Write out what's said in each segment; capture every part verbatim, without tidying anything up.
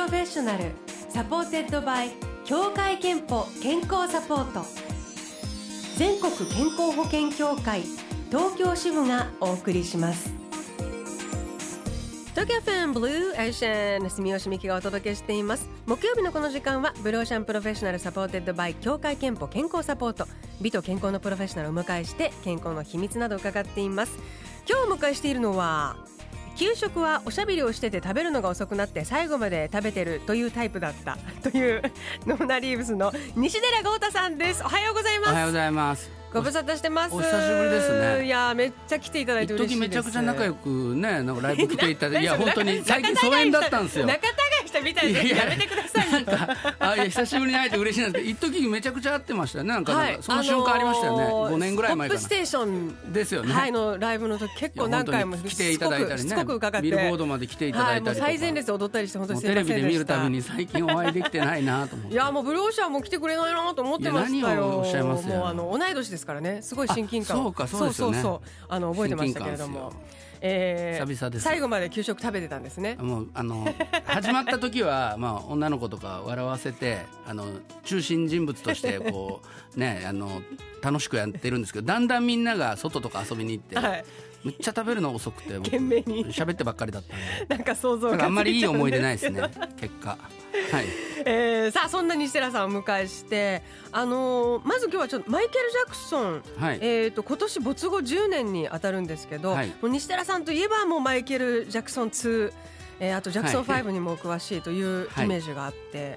ロフェッショナルサポーテッドバイ協会憲法健康サポート、全国健康保険協会東京支部がお送りします。東京フェンブルーエーシャン住吉美希がお届けしています。木曜日のこの時間はブルーオーシャンプロフェッショナルサポーテッドバイ協会憲法健康サポート、美と健康のプロフェッショナルをお迎えして健康の秘密などを伺っています。今日お迎えしているのは、給食はおしゃべりをしてて食べるのが遅くなって最後まで食べてるというタイプだったというノーナリーブスの西寺豪太さんです。おはようございます。 おはようございます。 ご無沙汰してます。 お久しぶりですね。 いやめっちゃ来ていただいて嬉しいです。 一時めちゃくちゃ仲良くね、なんかライブ来ていただいていや本当に最近疎遠だったんですよ。 仲違いしたみたいでやめてください。 なんかあいや久しぶりに会えて嬉しいんですけど、一時めちゃくちゃ会ってましたね。なんか、はい、なんかその瞬間ありましたよね、あのー、ごねんぐらい前かな。 ポップステーションですよね、 はい、のライブの時結構何回も来ていただいたりね、ビルボードまで来ていただいたりとか、はい、もう最前列で踊ったりして本当にすいませんでした。 テレビで見るたびに最近お会いできてないなと思っていやもうブルーオーシャンも来てくれないなと思ってましたよ。 何をおっしゃいますよ。 もうあの同い年ですからね、すごい親近感を、 そうかそうですよね、 そうそうそう、あの覚えてましたけれども、えー、 久々です。 最後まで給食食べてたんですね。 もうあの始まった時は、まあ、女の子とか笑わせてあの中心人物としてこう、ね、あの楽しくやってるんですけど、だんだんみんなが外とか遊びに行って、はい、めっちゃ食べるの遅くて懸命に喋ってばっかりだったんでなんか想像がついちゃうんですけど、 あんまりいい思い出ないですね結果はい。 えー、さあそんな西寺さんをお迎えして、あのー、まず今日はちょっとマイケル・ジャクソン、はい、えー、と今年没後じゅうねんに当たるんですけど、はい、もう西寺さんといえばもうマイケル・ジャクソンツー、えー、あとジャクソンファイブにもお詳しいというイメージがあって、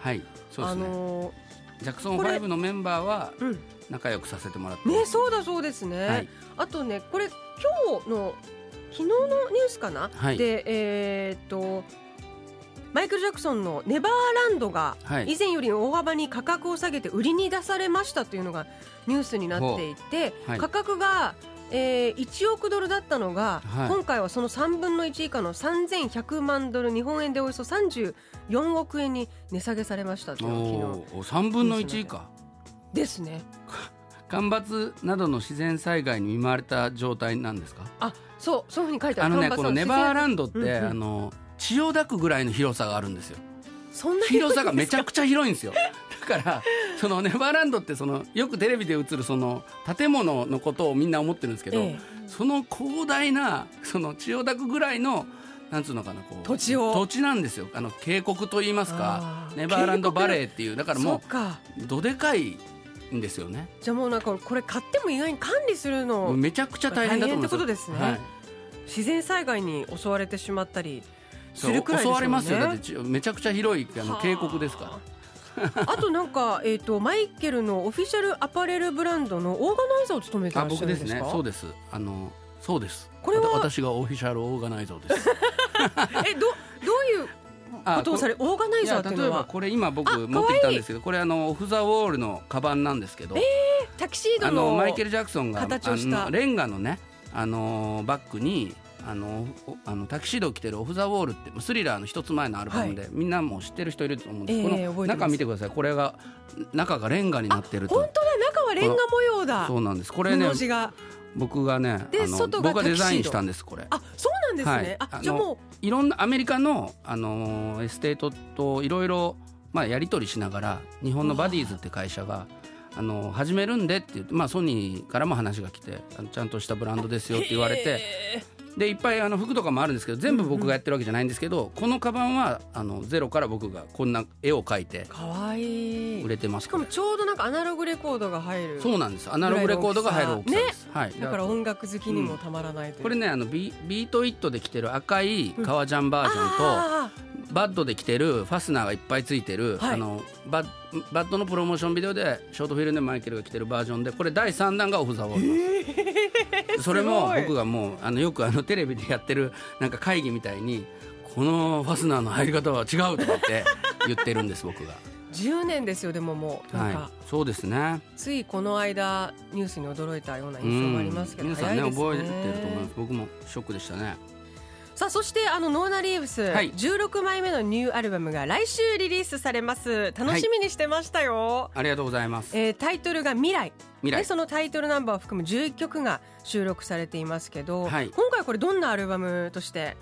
はいはい、そうですね、あのー、ジャクソンファイブのメンバーは仲良くさせてもらって、うんね、そうだそうですね、はい、あとねこれ今日の昨日のニュースかな、はい、でえー、っとマイケル・ジャクソンのネバーランドが以前より大幅に価格を下げて売りに出されましたというのがニュースになっていて、はい、価格が、えー、いちおくドルだったのが、はい、今回はそのさんぶんのいち以下のさんぜんひゃくまんドル、日本円でおよそさんじゅうよんおくえんに値下げされましたというのを昨日さんぶんのいち以下ですね。 干ばつなどの自然災害に見舞われた状態なんですか。 あ、そうそういうふうに書いてある。 あのね、このネバーランドって、うんうん、あの千代田区ぐらいの広さがあるんですよ。 そんな広さがめちゃくちゃ広いんですよ。だからそのネバーランドってそのよくテレビで映るその建物のことをみんな思ってるんですけど、ええ、その広大なその千代田区ぐらいのなんつうのかな、こう土地を土地なんですよ。あの渓谷といいますか、ネバーランドバレーっていう、だからもうどでかいんですよね。 じゃあもうなんかこれ買っても意外に管理するのめちゃくちゃ大変だと思います。 大変ってことですね、はい、自然災害に襲われてしまったりするくらいですよね。 襲われますよ。だってめちゃくちゃ広いあの渓谷ですからあとなんか、えー、とマイケルのオフィシャルアパレルブランドのオーガナイザーを務めてらっしゃるんですか。 あ、僕ですね。そうです。あのそうです。 これは私がオフィシャルオーガナイザーですえ ど, どういうことをされ、オーガナイザーっていうのは。 例えばこれ今僕持ってきたんですけど、これあのオフ・ザ・ウォールのカバンなんですけど、 えー、タキシード の, あのマイケル・ジャクソンが形をしたあのレンガのね、あのバッグにあのあのタキシードを着てるオフ・ザ・ウォールってスリラーの一つ前のアルバムで、はい、みんなも知ってる人いると思うんです、えー、この中見てください。これが中がレンガになってると。 本当だ、中はレンガ模様だ。 そうなんです。これね、僕がね、 であの僕がデザインしたんです。これ。 あ、そうなんですね、はい、ああじゃあもういろんなアメリカの、あのー、エステートといろいろやり取りしながら、日本のバディーズって会社があの始めるんでって言って、まあ、ソニーからも話が来て、あのちゃんとしたブランドですよって言われて、でいっぱいあの服とかもあるんですけど、全部僕がやってるわけじゃないんですけど、うんうん、このカバンはあのゼロから僕がこんな絵を描いてかわいい売れてます。 しかもちょうどなんかアナログレコードが入る。 そうなんです。アナログレコードが入る大きさです、ね、はい、 だから音楽好きにもたまらないという、うん、 これね、あの ビ, ビートイットで着てる赤い革ジャンバージョンと、うん、バッドで着てるファスナーがいっぱいついてる、はい、あの バ, バッドのプロモーションビデオでショートフィルムでマイケルが着てるバージョンで、これだいさんだんがオフ・ザ・ウォールなんです、えー、それも僕がもうあのよくあのテレビでやってるなんか会議みたいに、このファスナーの入り方は違うとかって言ってるんです僕が。 じゅうねんですよ。でももうなんか、はい、 そうですね。 ついこの間ニュースに驚いたような印象がありますけど、 うん、皆さんね、覚えてると思います。僕もショックでしたね。 さあそしてあのノーナリーブス、はい、じゅうろくまいめのニューアルバムが来週リリースされます。楽しみにしてましたよ、 はい、ありがとうございます、 えー、タイトルが未来、 未来でそのタイトルナンバーを含むじゅういっきょくが収録されていますけど、 はい、 今回これどんなアルバムとして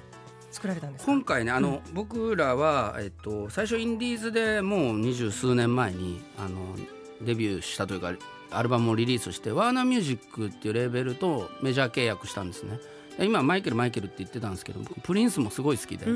作られたんですか？ 今回ねあの、うん、僕らは、えっと、最初インディーズでもう二十数年前にあのデビューしたというかアルバムをリリースしてワーナーミュージックっていうレーベルとメジャー契約したんですね。今マイケルマイケルって言ってたんですけどプリンスもすごい好きで、うん、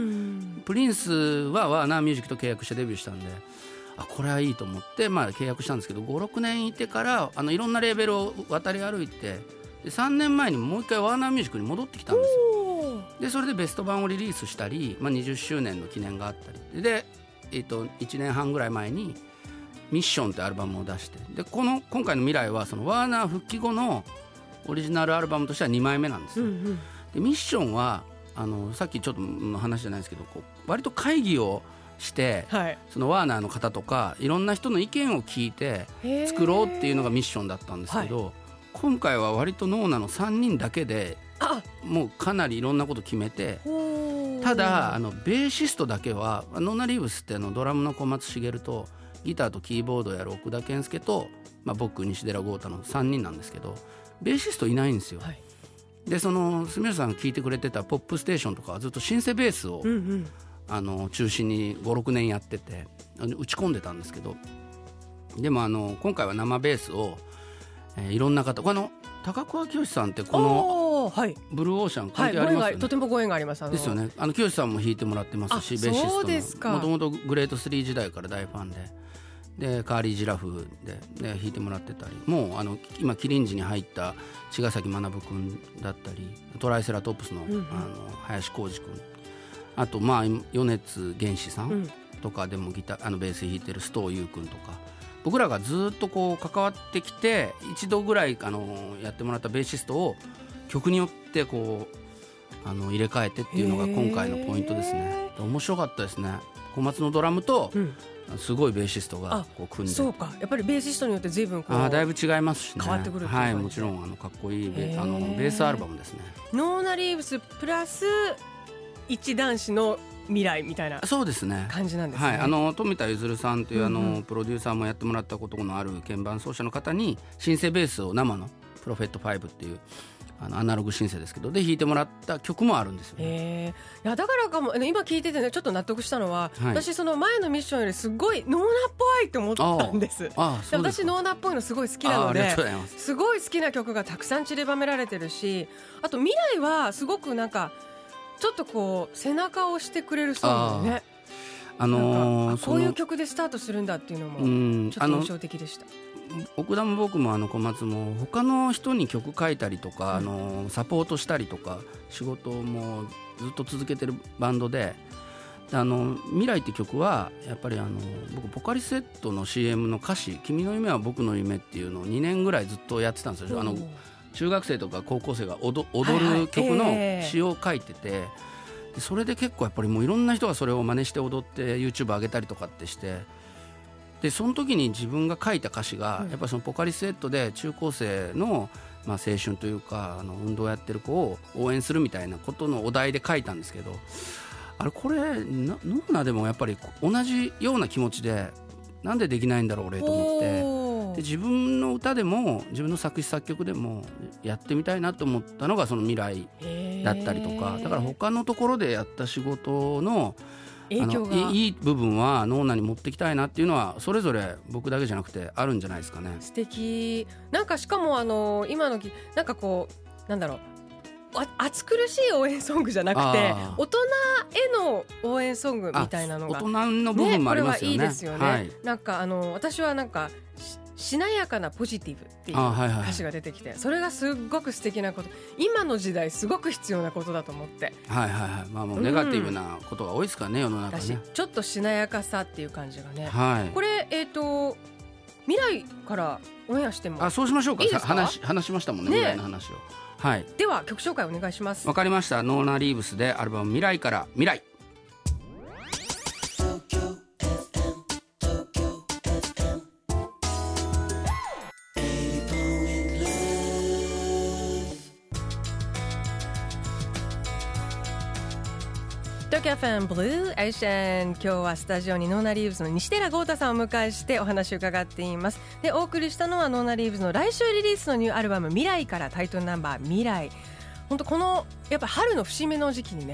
プリンスはワーナーミュージックと契約してデビューしたんであこれはいいと思って、まあ、契約したんですけどごろくねんいてからあのいろんなレーベルを渡り歩いてでさんねんまえにもう一回ワーナーミュージックに戻ってきたんですよ。でそれでベスト版をリリースしたり、まあ、にじゅっしゅうねんの記念があったりで、えー、といちねんはんぐらい前にミッションってアルバムを出してでこの今回の未来はそのワーナー復帰後のオリジナルアルバムとしてはにまいめなんですよ、うんうん、でミッションはあのさっきちょっとの話じゃないですけどこう割と会議をして、はい、そのワーナーの方とかいろんな人の意見を聞いて作ろうっていうのがミッションだったんですけど、はい、今回は割とノーナのさんにんだけでもうかなりいろんなこと決めてただあのベーシストだけはノーナリーブスってあのドラムの小松茂とギターとキーボードをやる奥田健介と、まあ、僕西寺豪太のさんにんなんですけどベーシストいないんですよ、はい、でその住吉さんが聴いてくれてたポップステーションとかはずっとシンセベースを、うんうん、あの中心にごろくねんやってて打ち込んでたんですけどでもあの今回は生ベースを、えー、いろんな方この高桑清さんってこのブルーオーシャン関係ありますよね、はい、 とてもご縁があります。あのですよね。あの清さんも弾いてもらってますしベーシストのもともとグレートスリー時代から大ファンででカーリージラフ で, で弾いてもらってたりもうあの今キリンジに入った茅ヶ崎学君だったりトライセラトップス の,、うんうん、あの林浩二君あとまあ米津玄師さんとかでもギターあのベース弾いてる須藤優君とか僕らがずっとこう関わってきて一度ぐらいあのやってもらったベーシストを曲によってこうあの入れ替えてっていうのが今回のポイントですね。面白かったですね。小松のドラムと、うんすごいベーシストがこう組んでそうかやっぱりベーシストによって随分こうあだいぶ違いますしね変わってくるっていうはいもちろんあのかっこいいベあのベースアルバムですね。 ノーナリーブスプラス一男子の未来みたいなそうですね感じなんですね。 はい、あの富田譲さんというあの、うんうん、プロデューサーもやってもらったことのある鍵盤奏者の方にシンセベースを生のプロフェットファイブっていうあのアナログシンセですけどで弾いてもらった曲もあるんですよ、ねえー、いやだからかも今聞いててねちょっと納得したのは、はい、私その前のミッションよりすごいノーナっぽいって思ったんです。ああそうです私ノーナっぽいのすごい好きなのですごい好きな曲がたくさん散りばめられてるしあと未来はすごくなんかちょっとこう背中を押してくれるそうなのね。あのー、こういう曲でスタートするんだっていうのもちょっと印象的でした。 奥田も僕もあの小松も他の人に曲書いたりとか、うん、あのサポートしたりとか仕事もずっと続けてるバンドであの未来って曲はやっぱりあの僕ポカリスエットの シーエム の歌詞君の夢は僕の夢っていうのをにねんぐらいずっとやってたんですよ。あの中学生とか高校生が 踊, 踊る曲の詩を書いてて、はいはい、でそれで結構やっぱりもういろんな人がそれを真似して踊って YouTube 上げたりとかってしてでその時に自分が書いた歌詞が、うん、やっぱりそのポカリスエットで中高生の、まあ、青春というかあの運動をやってる子を応援するみたいなことのお題で書いたんですけどあれこれノーナでもやっぱり同じような気持ちでなんでできないんだろう俺と思ってで自分の歌でも自分の作詞作曲でもやってみたいなと思ったのがその未来だったりとかだから他のところでやった仕事の影響がいい部分はノーナに持ってきたいなっていうのはそれぞれ僕だけじゃなくてあるんじゃないですかね。 素敵なんかしかもあの今のなんかこうなんだろう暑苦しい応援ソングじゃなくて大人への応援ソングみたいなのが大人の部分もありますよね。 ねこれはいいですよね、はい、なんかあの私はなんかしなやかなポジティブっていう歌詞が出てきて、はいはい、それがすっごく素敵なこと今の時代すごく必要なことだと思ってはいはいはいまあもうネガティブなことが多いですからね、うん、世の中ねちょっとしなやかさっていう感じがね、 はい、 これえっ、ー、と未来からオンエアしてもあそうしましょうか。 いいですか話, 話しましたもん ね, ね未来の話を、はい、 では曲紹介お願いします。 わかりましたノーナリーブスでアルバム未来から未来東京 エフエム ブルーエーシャン今日はスタジオにノーナリーブスの西寺豪太さんをお迎えしてお話を伺っています。でお送りしたのはノーナリーブスの来週リリースのニューアルバム未来からタイトルナンバー未来本当このやっぱ春の節目の時期にね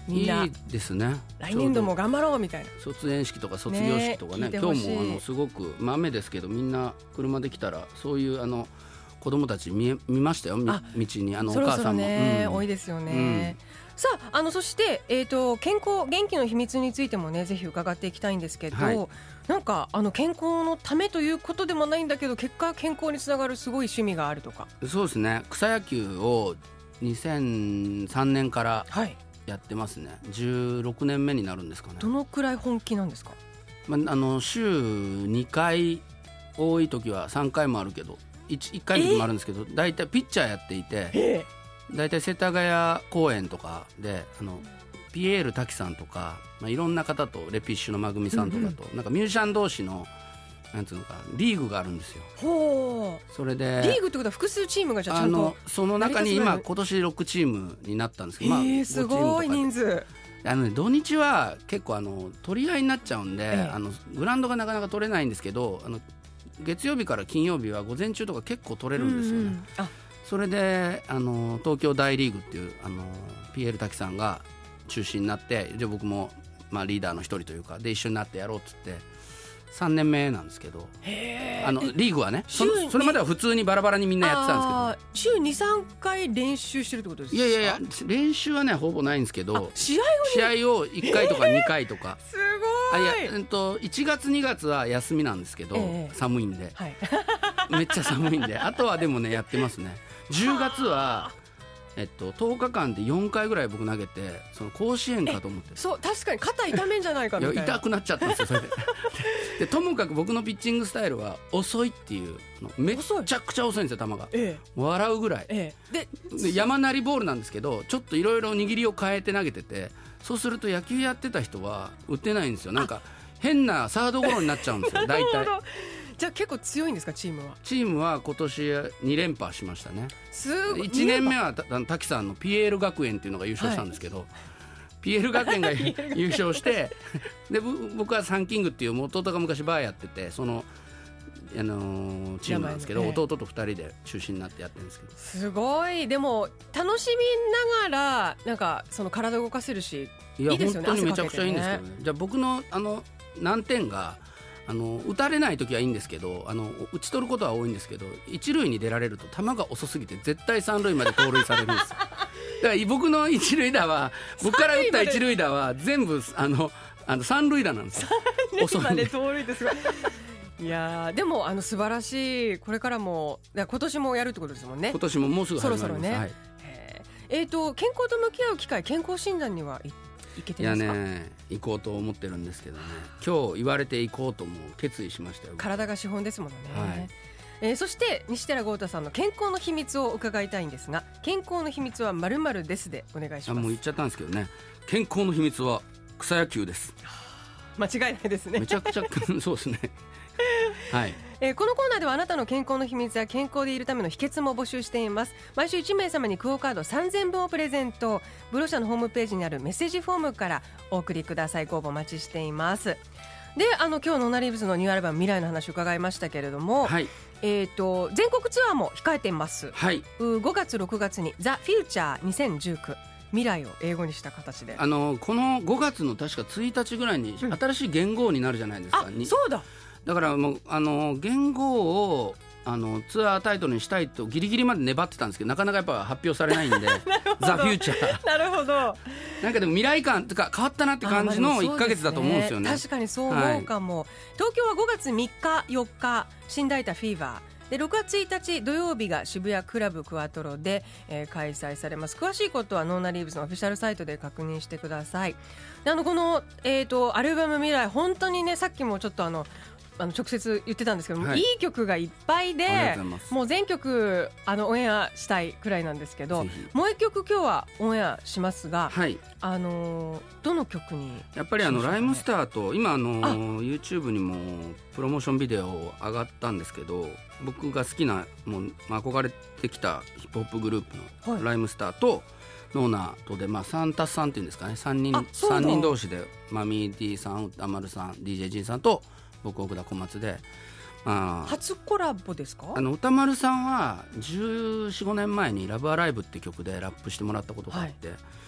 みんないいですね。 来年度も頑張ろうみたいな卒園式とか卒業式とか ね, ね今日もあのすごく、まあ、雨ですけどみんな車で来たらそういうあの子供たち 見, 見ましたよ。道にあのお母さんもそろそろ、 ねうん、多いですよね、うんさあ、あのそして、えーと、健康元気の秘密についてもねぜひ伺っていきたいんですけど、はい、なんかあの健康のためということでもないんだけど結果健康につながるすごい趣味があるとか。そうですね、草野球をにせんさんねんからやってますね、はい、じゅうろくねんめになるんですかね。 どのくらい本気なんですか？ まあ、あの週にかい、多い時はさんかいもあるけど 1, いっかいの時もあるんですけど、だいたいピッチャーやっていて、えーだいたい世田谷公園とかであのピエール滝さんとか、まあ、いろんな方とレピッシュのまぐみさんとかと、うんうん、なんかミュージシャン同士のなんつうのかリーグがあるんですよ。 ほう。 それでリーグってことは複数チームがじゃあちゃんとあのその中に今今年ろくチームになったんですけど、まあ、 すごい人数。 あの、ね、土日は結構あの取り合いになっちゃうんで、ええ、あのグラウンドがなかなか取れないんですけど、あの月曜日から金曜日は午前中とか結構取れるんですよね、うんうん、あそれであの東京大リーグっていうあの ピエール 滝さんが中心になって、じゃあ僕も、まあ、リーダーの一人というかで一緒になってやろうっつってさんねんめなんですけど、 へあのリーグはね そ, それまでは普通にバラバラにみんなやってたんですけど、 週にさんかい練習してるってことですか？ いやいやいや練習はねほぼないんですけど、 試合を試合をいっかいとかにかいとかすごい。 あいや、えっと、いちがつにがつは休みなんですけど、えー、寒いんで、はい、めっちゃ寒いんであとはでもねやってますね。じゅうがつは、えっと、とおかかんでよんかいぐらい僕投げてその甲子園かと思って。 そう確かに肩痛めんじゃないかみたいな。 いや痛くなっちゃったんですよそれででともかく僕のピッチングスタイルは遅いっていうのめっちゃくちゃ遅いんですよ球が、ええ、笑うぐらい、ええ、で, で山なりボールなんですけどちょっといろいろ握りを変えて投げてて、そうすると野球やってた人は打てないんですよ。なんか変なサードゴロになっちゃうんですよ大体。 じゃあ結構強いんですかチームは？ チームは今年にれんぱしましたね。 すごい。 いちねんめは滝さんのピエール学園っていうのが優勝したんですけど、はい、ピエール学園が優勝してで僕はサンキングっていう弟が昔バーやっててその、あのー、チームなんですけど、弟とふたりで中心になってやってるんですけど、 すごい。でも楽しみながらなんかその体を動かせるしいいですよね。 いや本当にめちゃくちゃいいんですけどね。じゃあ僕のあの難点があの打たれない時はいいんですけど、あの打ち取ることは多いんですけど、一塁に出られると球が遅すぎて絶対三塁まで盗塁されるんですよだから僕の一塁打は僕から打った一塁打は全部あのあの三塁打なんですよ。 三塁まで盗塁ですいやでもあの素晴らしい。これからも今年もやるってことですもんね。 今年ももうすぐ始まります。 そろそろね、はい、えーと健康と向き合う機会、健康診断には行いけてますか？ いやね行こうと思ってるんですけどね、今日言われて行こうとも決意しましたよ。 体が資本ですものね、 はいえー、そして西寺豪太さんの健康の秘密を伺いたいんですが、健康の秘密は〇〇ですでお願いします。 あもう言っちゃったんですけどね、健康の秘密は草野球です。 間違いないですね。 めちゃくちゃそうですねはい、 えー、このコーナーではあなたの健康の秘密や健康でいるための秘訣も募集しています。毎週いちめいさまにクオカードさんぜんぶんをプレゼント。ブロ社のホームページにあるメッセージフォームからお送りください。ご応募お待ちしています。で、あの今日ノーナリーブスのニューアルバム未来の話を伺いましたけれども、はい、えーと全国ツアーも控えています、 はい、 ごがつろくがつにザ・フューチャーにせんじゅうきゅう、未来を英語にした形で、 あのこのごがつの確かついたちぐらいに新しい元号になるじゃないですか、 うん、あそうだ。 だからもうあの元号をあのツアータイトルにしたいとギリギリまで粘ってたんですけど、なかなかやっぱ発表されないんでザ・フューチャーなるほど。 なんかでも未来感とか変わったなって感じのいっかげつだと思うんですよね。 確かにそう思うかも、はい、東京はごがつみっかよっか新大田フィーバーで、ろくがつついたち土曜日が渋谷クラブクワトロで、えー、開催されます。詳しいことはノーナリーブスのオフィシャルサイトで確認してください。であのこの、えーと、アルバム未来本当にね、さっきもちょっとあのあの直接言ってたんですけども、はい、いい曲がいっぱいでもう全曲あのオンエアしたいくらいなんですけど、もう一曲今日はオンエアしますが、はい、あのどの曲にやっぱりあのライムスターと今あの YouTube にもプロモーションビデオ上がったんですけど、僕が好きなもう憧れてきたヒップホップグループのライムスターとノーナーとで、まあ、サンタスさんっていうんですかね、さんにん、さんにん同士でマミー D さん、歌丸さん、ディージェー ジンさんと僕奥田小松で、 まあ、初コラボですか？ あの歌丸さんはじゅうよん、ごねんまえにラブアライブって曲でラップしてもらったことがあって、はい、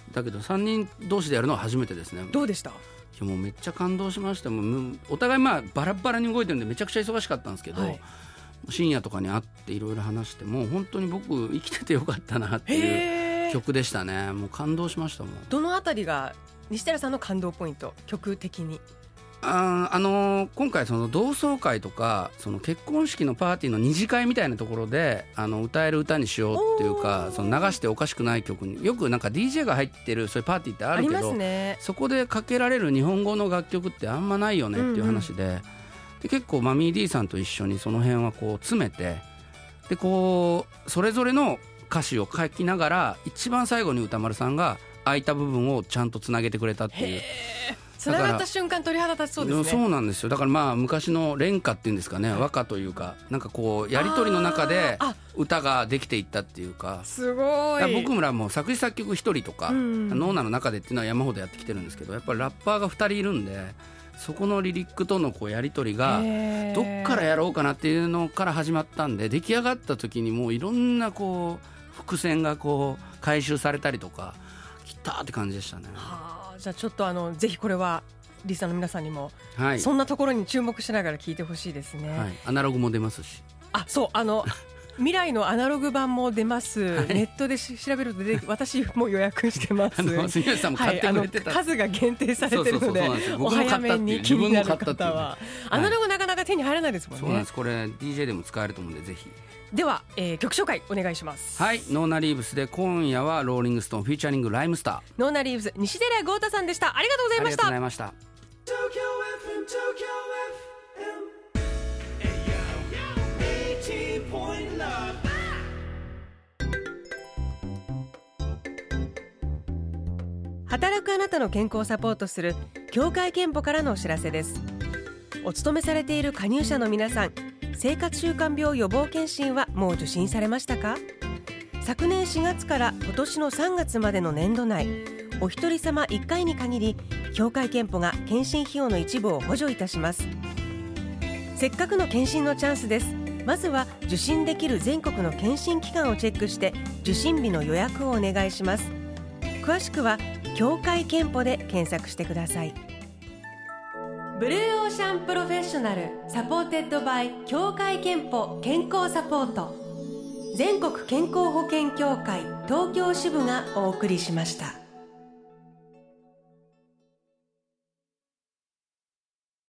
だけどさんにん同士でやるのは初めてですね。 どうでした？ いやもうめっちゃ感動しました。もうお互いまあバラバラに動いてるんでめちゃくちゃ忙しかったんですけど、はい、深夜とかに会っていろいろ話してもう本当に僕生きててよかったなっていう曲でしたね。もう感動しましたもん。 どのあたりが西寺さんの感動ポイント、曲的に？ あ、あのー、今回その同窓会とかその結婚式のパーティーの二次会みたいなところであの歌える歌にしようっていうか、その流しておかしくない曲によくなんか ディージェー が入ってるそういうパーティーってあるけど、ありますね、そこでかけられる日本語の楽曲ってあんまないよねっていう話で、うんうん、で結構マミー D さんと一緒にその辺はこう詰めて、でこうそれぞれの歌詞を書きながら一番最後に歌丸さんが空いた部分をちゃんとつなげてくれたっていう。 つながった瞬間鳥肌立ちそうですね。 そうなんですよ。だからまあ昔の連歌っていうんですかね、和歌というかなんかこうやり取りの中で歌ができていったっていうか。 すごい。 僕らも作詞作曲一人とか、うん、ノーナの中でっていうのは山ほどやってきてるんですけど、やっぱりラッパーがふたりいるんで、そこのリリックとのこうやり取りがどっからやろうかなっていうのから始まったんで、出来上がった時にもういろんなこう伏線がこう回収されたりとかきたって感じでしたね。 はあ、じゃあちょっとあのぜひこれはリスナーの皆さんにも、はい、そんなところに注目しながら聞いてほしいですね。 はい、アナログも出ますし。 あ、そう、あの未来のアナログ版も出ます、はい、ネットで調べるとで私も予約してます。 杉内さんも買ってくれてた、 はい、数が限定されてるのでお早めに気になる方はアナログなかなか手に入らないですもんね。 そうなんです。これ ディージェー でも使えると思うんでぜひ。 では、えー、曲紹介お願いします。 はい、ノーナリーブスで今夜はローリングストーンフィーチャリングライムスター。 ノーナリーブス西寺豪太さんでした。ありがとうございました。 ありがとうございました。 働くあなたの健康をサポートする協会憲法からのお知らせです。お勤めされている加入者の皆さん、生活習慣病予防検診はもう受診されましたか？昨年しがつから今年のさんがつまでの年度内、お一人様いっかいに限り協会憲法が検診費用の一部を補助いたします。せっかくの検診のチャンスです。まずは受診できる全国の検診機関をチェックして受診日の予約をお願いします。詳しくは協会憲法で検索してください。ブルーオーシャンプロフェッショナルサポーテッドバイ協会憲法健康サポート、全国健康保険協会東京支部がお送りしました。